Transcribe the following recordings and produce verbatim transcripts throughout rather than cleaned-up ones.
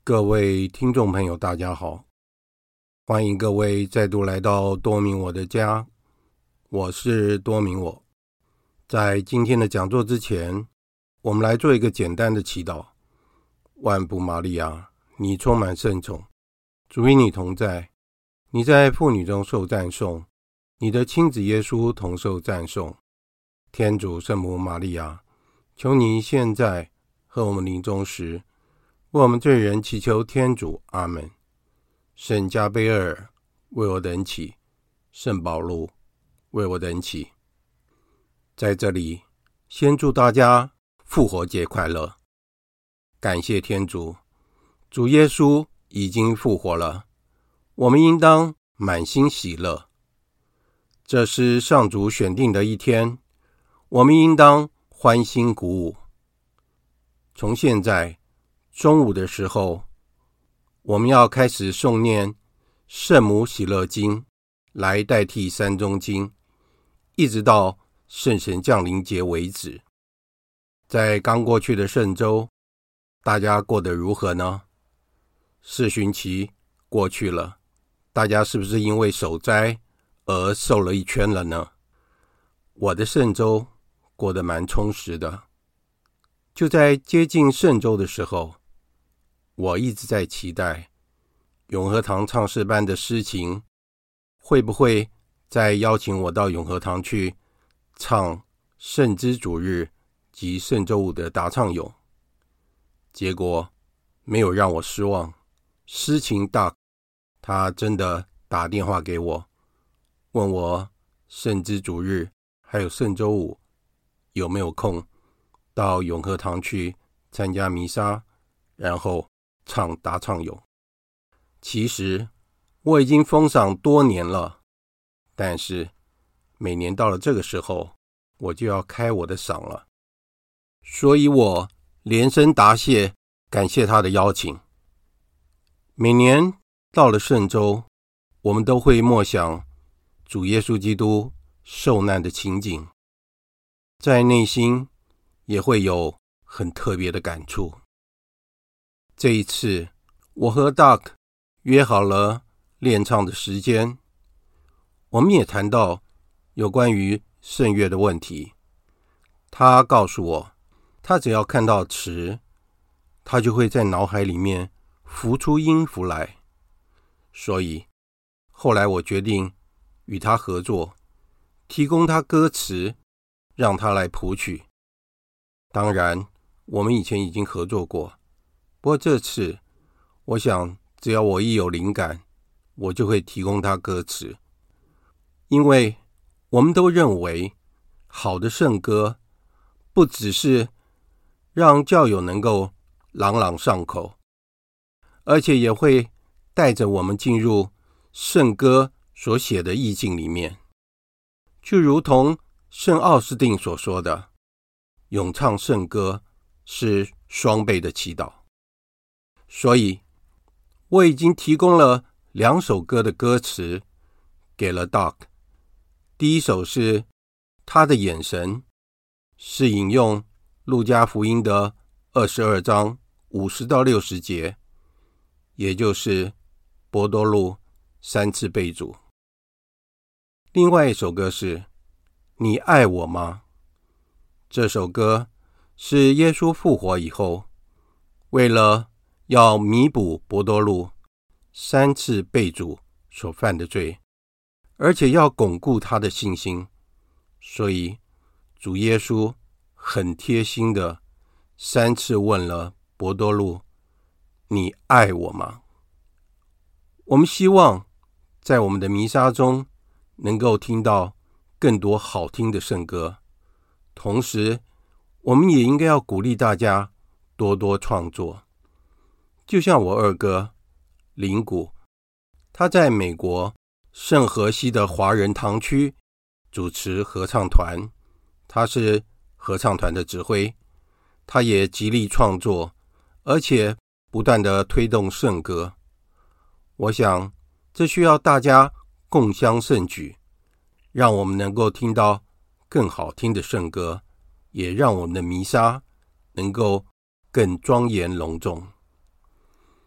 各位听众朋友大家好，欢迎各位再度来到多明我的家，我是多明我。在今天的讲座之前，我们来做一个简单的祈祷。万福玛利亚，你充满圣宠，主与你同在，你在妇女中受赞颂，你的亲子耶稣同受赞颂。天主圣母玛利亚，求你现在和我们临终时为我们罪人祈求天主。阿们。圣加贝尔为我等起，圣保禄为我等起。在这里先祝大家复活节快乐。感谢天主，主耶稣已经复活了，我们应当满心喜乐。这是上主选定的一天，我们应当欢欣鼓舞。从现在中午的时候，我们要开始诵念圣母喜乐经来代替三宗经，一直到圣神降临节为止。在刚过去的圣周，大家过得如何呢？四旬期过去了，大家是不是因为守斋而瘦了一圈了呢？我的圣周过得蛮充实的。就在接近圣周的时候，我一直在期待永和堂唱诗班的诗情会不会再邀请我到永和堂去唱圣之主日及圣周五的答唱咏。结果没有让我失望，诗情大他真的打电话给我，问我圣之主日还有圣周五有没有空到永和堂去参加弥撒，然后唱答唱咏。其实我已经封赏多年了，但是每年到了这个时候，我就要开我的赏了，所以我连声答谢，感谢他的邀请。每年到了圣周，我们都会默想主耶稣基督受难的情景，在内心也会有很特别的感触。这一次我和 Doug 约好了练唱的时间，我们也谈到有关于圣乐的问题。他告诉我，他只要看到词，他就会在脑海里面浮出音符来。所以后来我决定与他合作，提供他歌词，让他来谱曲。当然我们以前已经合作过，不过这次我想只要我一有灵感，我就会提供他歌词。因为我们都认为好的圣歌不只是让教友能够朗朗上口，而且也会带着我们进入圣歌所写的意境里面。就如同圣奥斯定所说的，咏唱圣歌是双倍的祈祷。所以我已经提供了两首歌的歌词给了 Doug。 第一首是他的眼神，是引用路加福音的二十二章五十到六十节，也就是伯多禄三次被主。另外一首歌是你爱我吗？这首歌是耶稣复活以后，为了要弥补伯多禄三次被主所犯的罪，而且要巩固他的信心，所以主耶稣很贴心的三次问了伯多禄，你爱我吗？我们希望在我们的弥撒中能够听到更多好听的圣歌，同时我们也应该要鼓励大家多多创作。就像我二哥林谷，他在美国圣荷西的华人堂区主持合唱团，他是合唱团的指挥，他也极力创作，而且不断地推动圣歌。我想这需要大家共襄盛举，让我们能够听到更好听的圣歌，也让我们的弥撒能够更庄严隆重。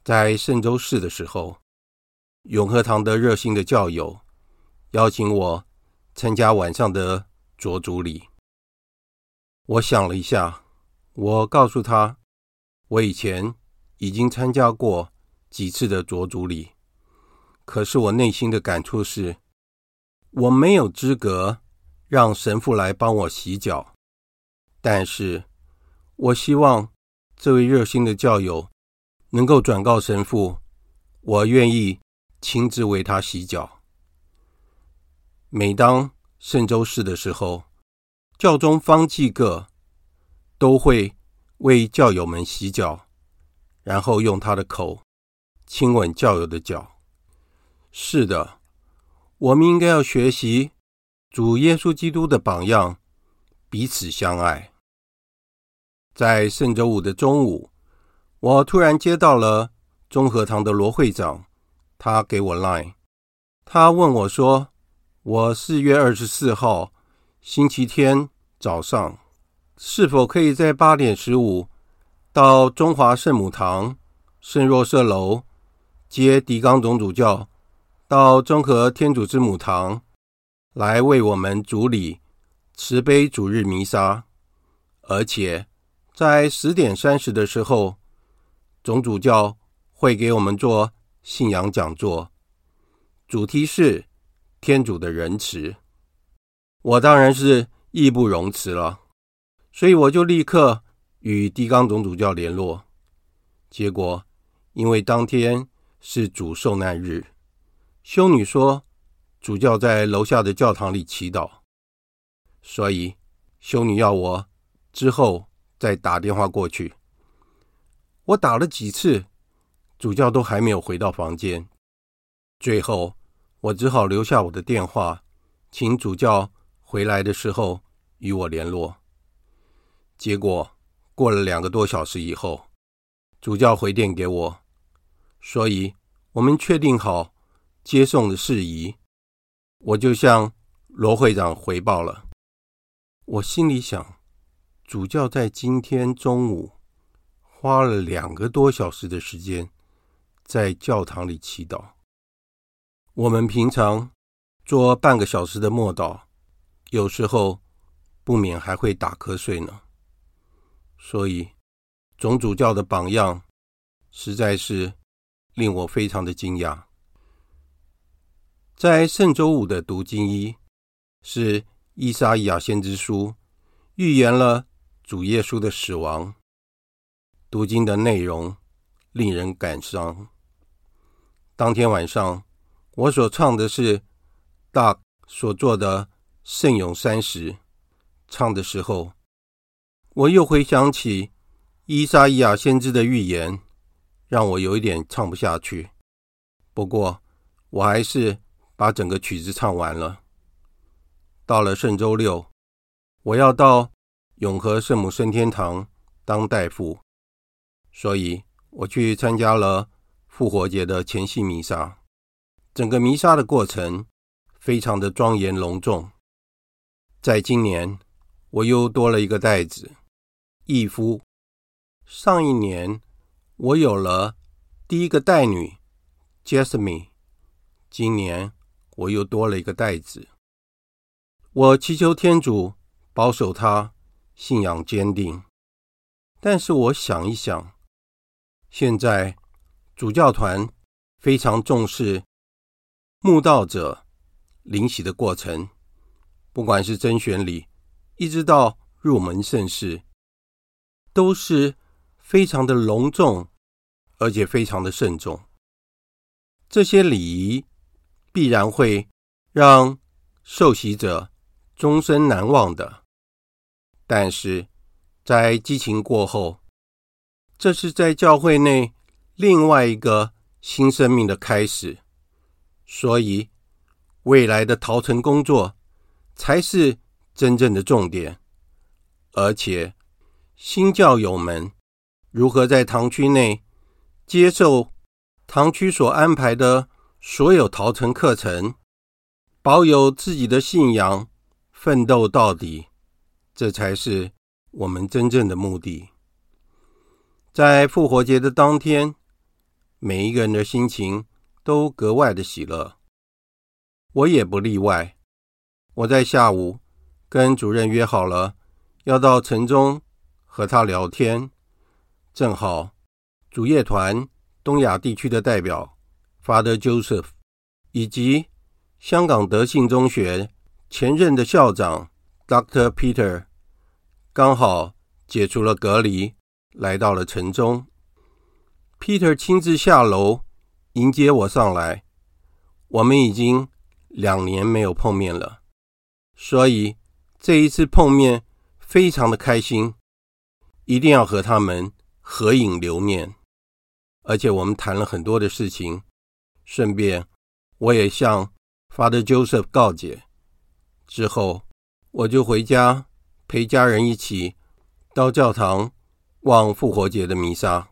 在圣州市的时候，永和堂的热心的教友邀请我参加晚上的着主礼。我想了一下，我告诉他，我以前已经参加过几次的着主礼，可是我内心的感触是，我没有资格让神父来帮我洗脚，但是我希望这位热心的教友能够转告神父，我愿意亲自为他洗脚。每当圣周四的时候，教宗方济各都会为教友们洗脚，然后用他的口亲吻教友的脚。是的，我们应该要学习主耶稣基督的榜样，彼此相爱。在圣周五的中午，我突然接到了中和堂的罗会长，他给我 Line， 他问我说，我四月二十四号星期天早上是否可以在八点十五到中华圣母堂圣若瑟楼接狄刚总主教到中和天主之母堂来为我们主礼慈悲主日弥撒，而且在十点三十的时候，总主教会给我们做信仰讲座，主题是天主的仁慈。我当然是义不容辞了，所以我就立刻与狄刚总主教联络。结果因为当天是主受难日，修女说主教在楼下的教堂里祈祷，所以修女要我之后再打电话过去。我打了几次，主教都还没有回到房间，最后我只好留下我的电话，请主教回来的时候与我联络。结果过了两个多小时以后，主教回电给我，所以我们确定好接送的事宜，我就向罗会长回报了。我心里想，主教在今天中午花了两个多小时的时间在教堂里祈祷，我们平常做半个小时的默祷，有时候不免还会打瞌睡呢。所以总主教的榜样实在是令我非常的惊讶。在圣周五的读经一是依撒意亚先知书预言了主耶稣的死亡，读经的内容令人感伤。当天晚上我所唱的是大所做的圣咏三十，唱的时候我又回想起依撒意亚先知的预言，让我有一点唱不下去。不过我还是把整个曲子唱完了。到了圣周六，我要到永和圣母升天堂当代父，所以我去参加了复活节的前夕弥撒。整个弥撒的过程非常的庄严隆重。在今年我又多了一个代子，义夫。上一年我有了第一个代女 Jasmine， 今年我又多了一个代子。我祈求天主保守他信仰坚定，但是我想一想，现在主教团非常重视慕道者领洗的过程，不管是甄选礼一直到入门圣事，都是非常的隆重，而且非常的慎重。这些礼仪必然会让受洗者终身难忘的，但是在激情过后，这是在教会内另外一个新生命的开始，所以未来的陶成工作才是真正的重点。而且新教友们如何在堂区内接受堂区所安排的所有陶成课程，保有自己的信仰，奋斗到底，这才是我们真正的目的。在复活节的当天， 每一个人的心情都格外的喜乐。我也不例外。我在下午跟主任约好了要到城中和他聊天，正好主业团东亚地区的代表 Father Joseph 以及香港德信中学前任的校长 Doctor Peter 刚好解除了隔离，来到了城中。 Peter 亲自下楼迎接我上来，我们已经两年没有碰面了，所以这一次碰面非常的开心，一定要和他们合影留念。而且我们谈了很多的事情，顺便我也向 Father Joseph 告解。之后我就回家陪家人一起到教堂望复活节的弥撒。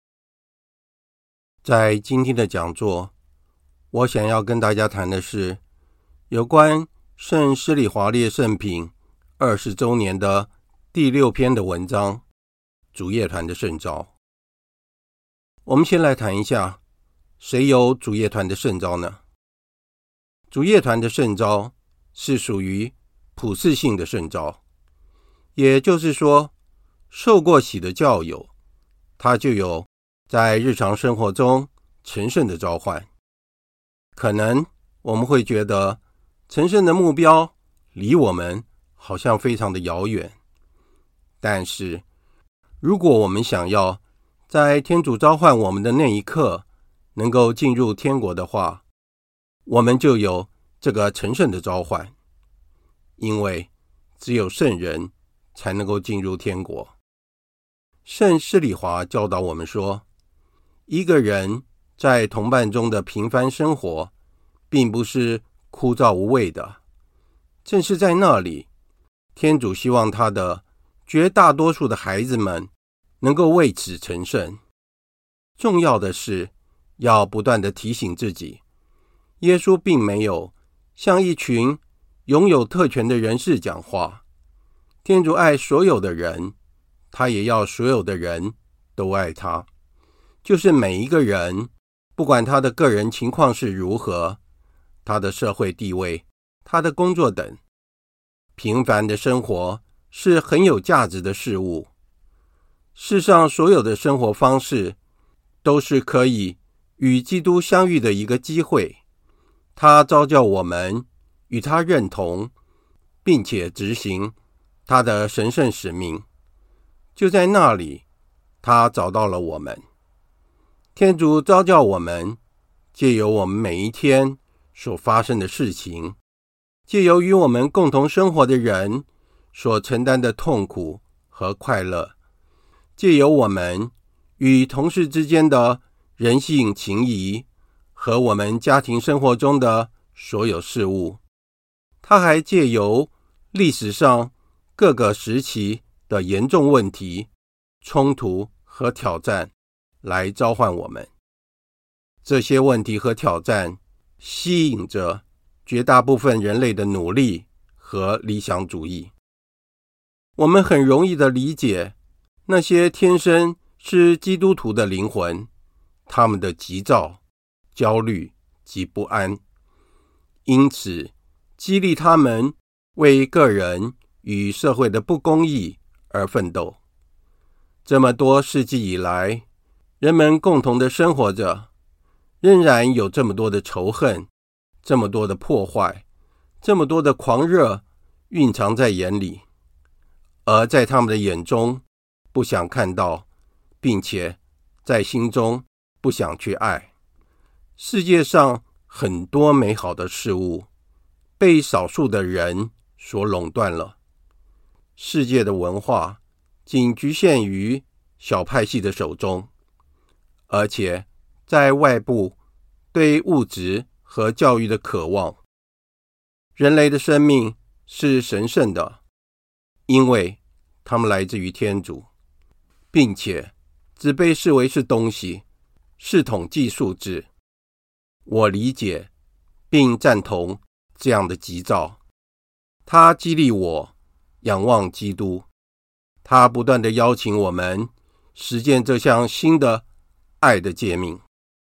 在今天的讲座，我想要跟大家谈的是有关圣施礼华列圣品二十周年的第六篇的文章，主业团的圣召。我们先来谈一下，谁有主业团的圣召呢？主业团的圣召是属于普世性的圣召，也就是说，受过洗的教友，他就有在日常生活中成圣的召唤。可能我们会觉得成圣的目标离我们好像非常的遥远，但是如果我们想要在天主召唤我们的那一刻能够进入天国的话，我们就有这个成圣的召唤。因为只有圣人才能够进入天国。圣施礼华教导我们说，一个人在同伴中的平凡生活并不是枯燥无味的，正是在那里，天主希望他的绝大多数的孩子们能够为此成圣。重要的是要不断地提醒自己，耶稣并没有向一群拥有特权的人士讲话。天主爱所有的人，他也要所有的人都爱他，就是每一个人，不管他的个人情况是如何，他的社会地位，他的工作等，平凡的生活是很有价值的事物。世上所有的生活方式都是可以与基督相遇的一个机会，他召叫我们与他认同，并且执行他的神圣使命。就在那里，他找到了我们。天主召叫我们，借由我们每一天所发生的事情，借由与我们共同生活的人所承担的痛苦和快乐，借由我们与同事之间的人性情谊和我们家庭生活中的所有事物。他还借由历史上各个时期的严重问题、冲突和挑战来召唤我们。这些问题和挑战吸引着绝大部分人类的努力和理想主义。我们很容易地理解那些天生是基督徒的灵魂，他们的急躁、焦虑及不安，因此激励他们为个人与社会的不公义而奋斗。这么多世纪以来，人们共同的生活着，仍然有这么多的仇恨，这么多的破坏，这么多的狂热蕴藏在眼里，而在他们的眼中不想看到，并且在心中不想去爱。世界上很多美好的事物被少数的人所垄断了。世界的文化仅局限于小派系的手中，而且在外部对物质和教育的渴望。人类的生命是神圣的，因为它们来自于天主，并且只被视为是东西，是统计数字。我理解并赞同这样的急躁，它激励我仰望基督，它不断地邀请我们实践这项新的爱的诫命。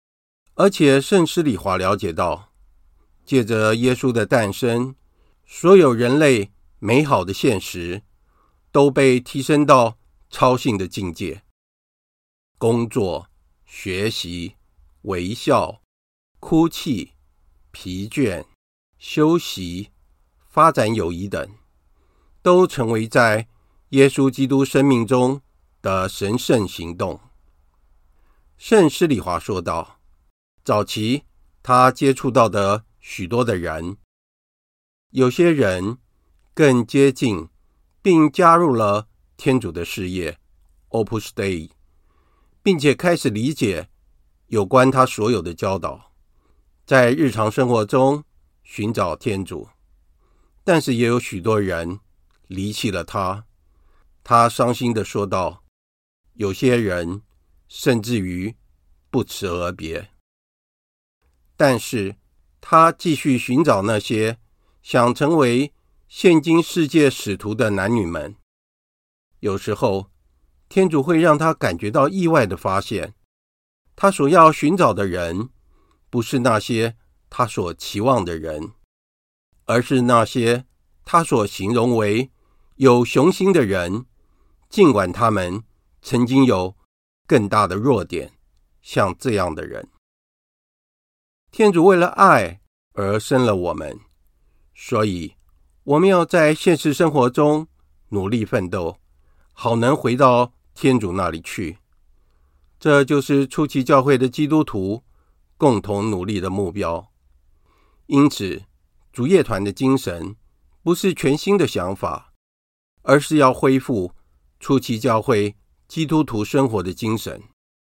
而且圣施礼华了解到，借着耶稣的诞生，所有人类美好的现实都被提升到超性的境界。工作、学习、微笑、哭泣、疲倦、休息、发展友谊等，都成为在耶稣基督生命中的神圣行动。圣施礼华说道，早期他接触到的许多的人，有些人更接近并加入了天主的事业 Opus Dei， 并且开始理解有关他所有的教导，在日常生活中寻找天主。但是也有许多人离弃了他，他伤心地说道，有些人甚至于不辞而别。但是他继续寻找那些想成为现今世界使徒的男女们。有时候天主会让他感觉到意外的发现，他所要寻找的人不是那些他所期望的人，而是那些他所形容为有雄心的人，尽管他们曾经有更大的弱点，像这样的人。天主为了爱而生了我们，所以我们要在现实生活中努力奋斗，好能回到天主那里去。这就是初期教会的基督徒共同努力的目标。因此主业团的精神不是全新的想法，而是要恢复初期教会基督徒生活的精神。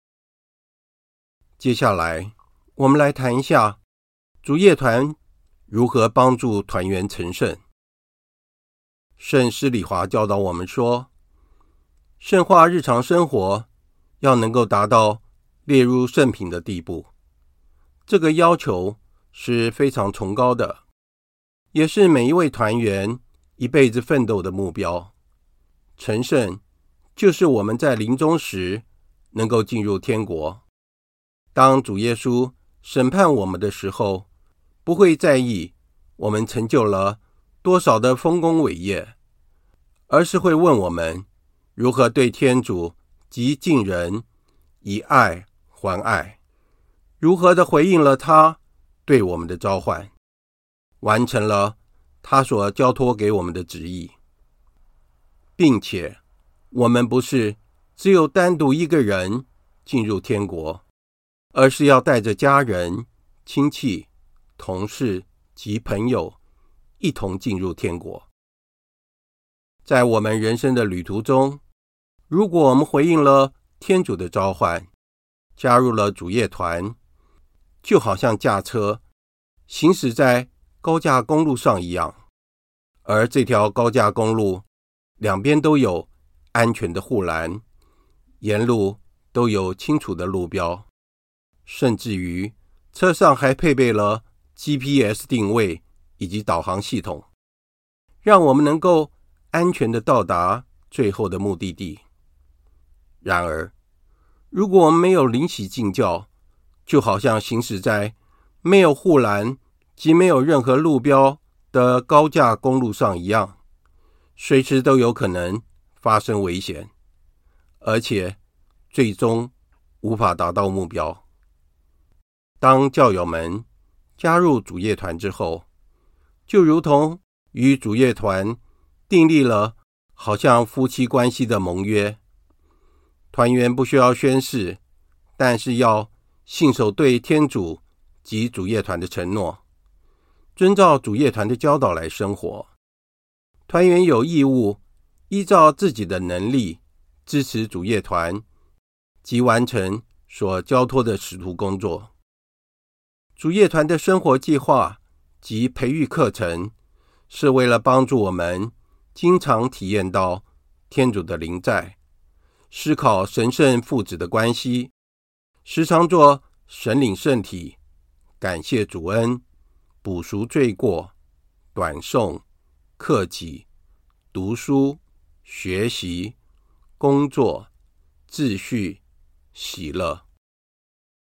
接下来我们来谈一下主业团如何帮助团员成圣。圣施礼华教导我们说，圣化日常生活要能够达到列入圣品的地步，这个要求是非常崇高的，也是每一位团员一辈子奋斗的目标。成圣就是我们在临终时能够进入天国。当主耶稣审判我们的时候，不会在意我们成就了多少的丰功伟业，而是会问我们如何对天主及近人以爱还爱，如何的回应了他对我们的召唤，完成了他所交托给我们的旨意。并且我们不是只有单独一个人进入天国，而是要带着家人、亲戚、同事及朋友一同进入天国。在我们人生的旅途中，如果我们回应了天主的召唤，加入了主业团，就好像驾车行驶在高架公路上一样，而这条高架公路两边都有安全的护栏，沿路都有清楚的路标，甚至于车上还配备了 G P S 定位以及导航系统，让我们能够安全地到达最后的目的地。然而，如果我们没有灵洗敬教，就好像行驶在没有护栏及没有任何路标的高架公路上一样，随时都有可能发生危险，而且最终无法达到目标。当教友们加入主业团之后，就如同与主业团订立了好像夫妻关系的盟约。团员不需要宣誓，但是要信守对天主及主业团的承诺，遵照主业团的教导来生活。团员有义务依照自己的能力支持主业团及完成所交托的使徒工作。主业团的生活计划及培育课程是为了帮助我们经常体验到天主的临在，思考神圣父子的关系，时常做神领圣体，感谢主恩，补赎罪过，短诵、克己、读书、学习、工作、秩序、喜乐。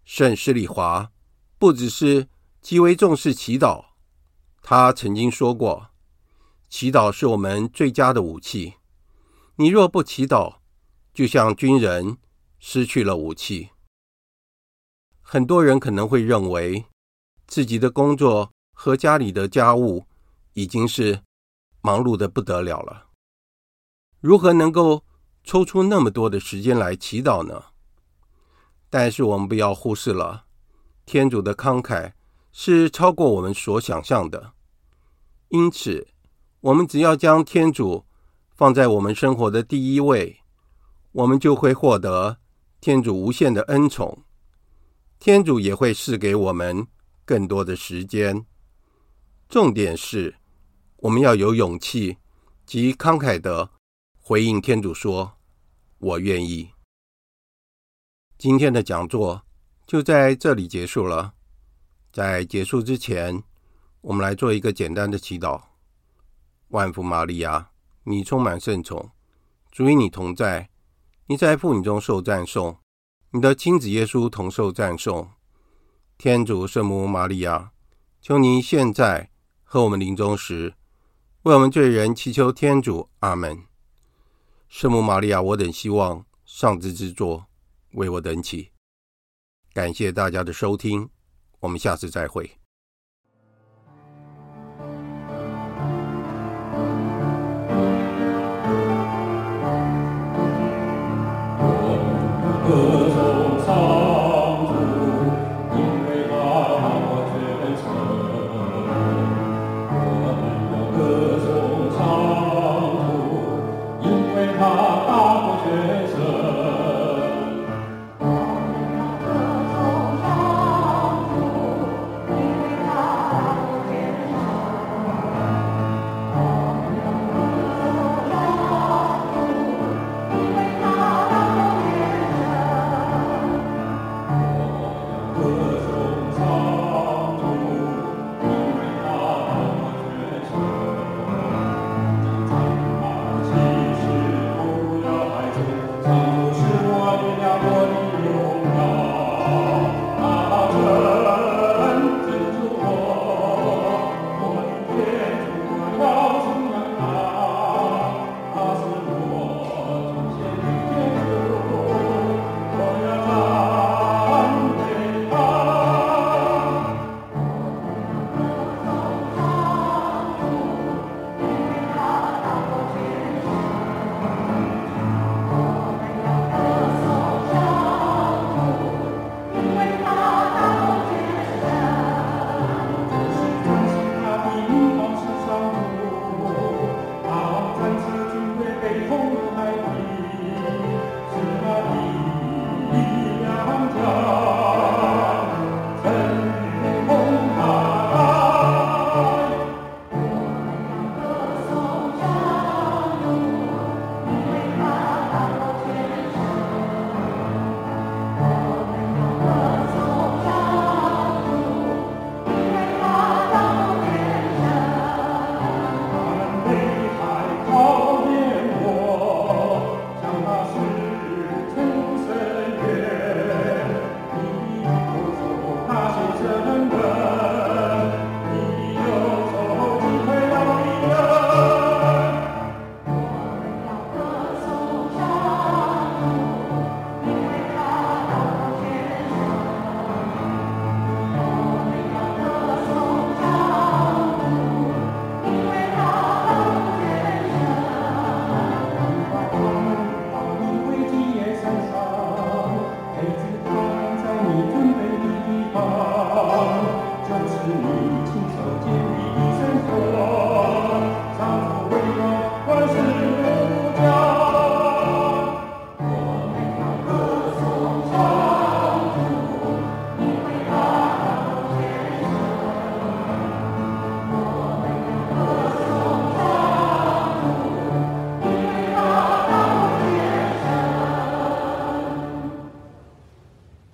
圣施礼华不只是极为重视祈祷，他曾经说过，祈祷是我们最佳的武器。你若不祈祷，就像军人失去了武器。很多人可能会认为，自己的工作和家里的家务已经是忙碌得不得了了，如何能够抽出那么多的时间来祈祷呢？但是我们不要忽视了，天主的慷慨是超过我们所想象的。因此，我们只要将天主放在我们生活的第一位，我们就会获得天主无限的恩宠。天主也会赐给我们更多的时间。重点是，我们要有勇气及慷慨地回应天主说，我愿意。今天的讲座就在这里结束了。在结束之前，我们来做一个简单的祈祷。万福玛利亚，你充满圣宠，主与你同在，你在妇女中受赞颂，你的亲子耶稣同受赞颂。天主圣母玛利亚，求你现在和我们临终时，为我们罪人祈求天主。阿们。圣母玛利亚，我等希望上智之作，为我等起。感谢大家的收听，我们下次再会。 Oh